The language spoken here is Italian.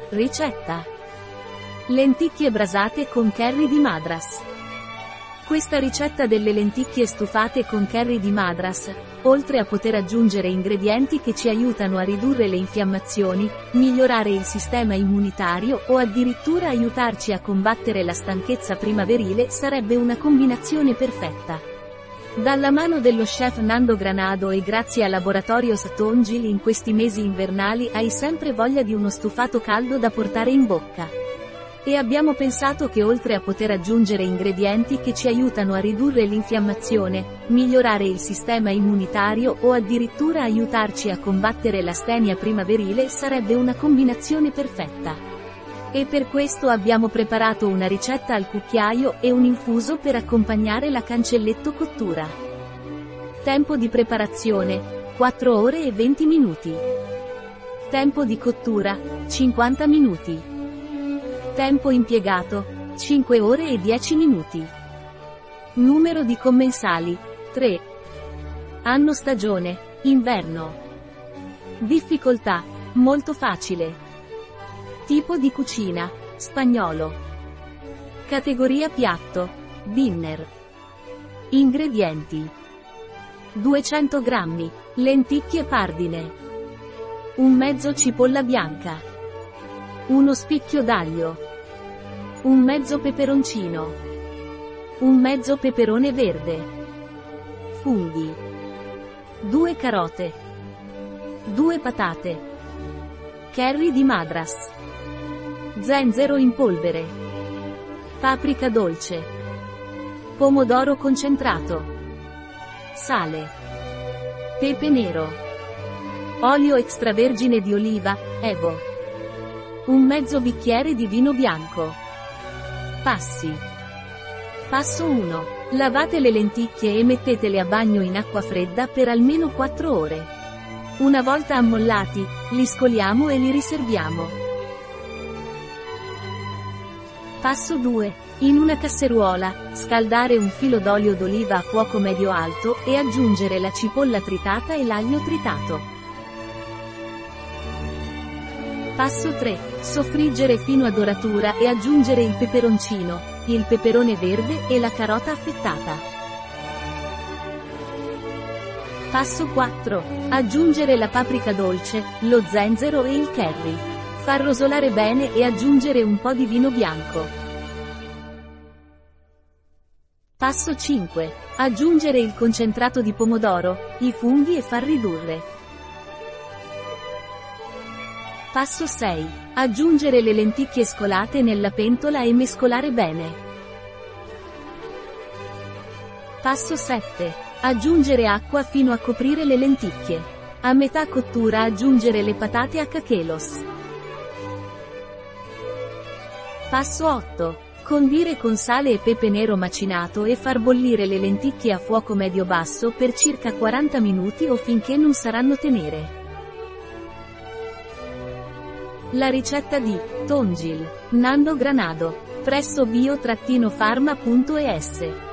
Ricetta: lenticchie brasate con curry di Madras. Questa ricetta delle lenticchie stufate con curry di Madras, oltre a poter aggiungere ingredienti che ci aiutano a ridurre le infiammazioni, migliorare il sistema immunitario o addirittura aiutarci a combattere la stanchezza primaverile, sarebbe una combinazione perfetta. Dalla mano dello chef Nando Granado e grazie a Laboratorios Tongil, in questi mesi invernali hai sempre voglia di uno stufato caldo da portare in bocca. E abbiamo pensato che oltre a poter aggiungere ingredienti che ci aiutano a ridurre l'infiammazione, migliorare il sistema immunitario o addirittura aiutarci a combattere l'astenia primaverile, sarebbe una combinazione perfetta. E per questo abbiamo preparato una ricetta al cucchiaio e un infuso per accompagnare la cancelletto cottura. Tempo di preparazione: 4 ore e 20 minuti. Tempo di cottura: 50 minuti. Tempo impiegato: 5 ore e 10 minuti. Numero di commensali: 3. Anno stagione: inverno. Difficoltà: molto facile. Tipo di cucina: spagnolo. Categoria piatto: dinner. Ingredienti: 200 g lenticchie pardine, un mezzo cipolla bianca, uno spicchio d'aglio, un mezzo peperoncino, un mezzo peperone verde, funghi, 2 carote, 2 patate, curry di Madras, zenzero in polvere, paprika dolce, pomodoro concentrato, sale, pepe nero, olio extravergine di oliva, Evo, un mezzo bicchiere di vino bianco. Passi. Passo 1. Lavate le lenticchie e mettetele a bagno in acqua fredda per almeno 4 ore. Una volta ammollati, li scoliamo e li riserviamo. Passo 2. In una casseruola, scaldare un filo d'olio d'oliva a fuoco medio-alto e aggiungere la cipolla tritata e l'aglio tritato. Passo 3. Soffriggere fino a doratura e aggiungere il peperoncino, il peperone verde e la carota affettata. Passo 4. Aggiungere la paprika dolce, lo zenzero e il curry. Far rosolare bene e aggiungere un po' di vino bianco. Passo 5. Aggiungere il concentrato di pomodoro, i funghi e far ridurre. Passo 6. Aggiungere le lenticchie scolate nella pentola e mescolare bene. Passo 7. Aggiungere acqua fino a coprire le lenticchie. A metà cottura aggiungere le patate a cachelos. Passo 8. Condire con sale e pepe nero macinato e far bollire le lenticchie a fuoco medio-basso per circa 40 minuti o finché non saranno tenere. La ricetta di Tongil, Nando Granado, presso bio-pharma.es.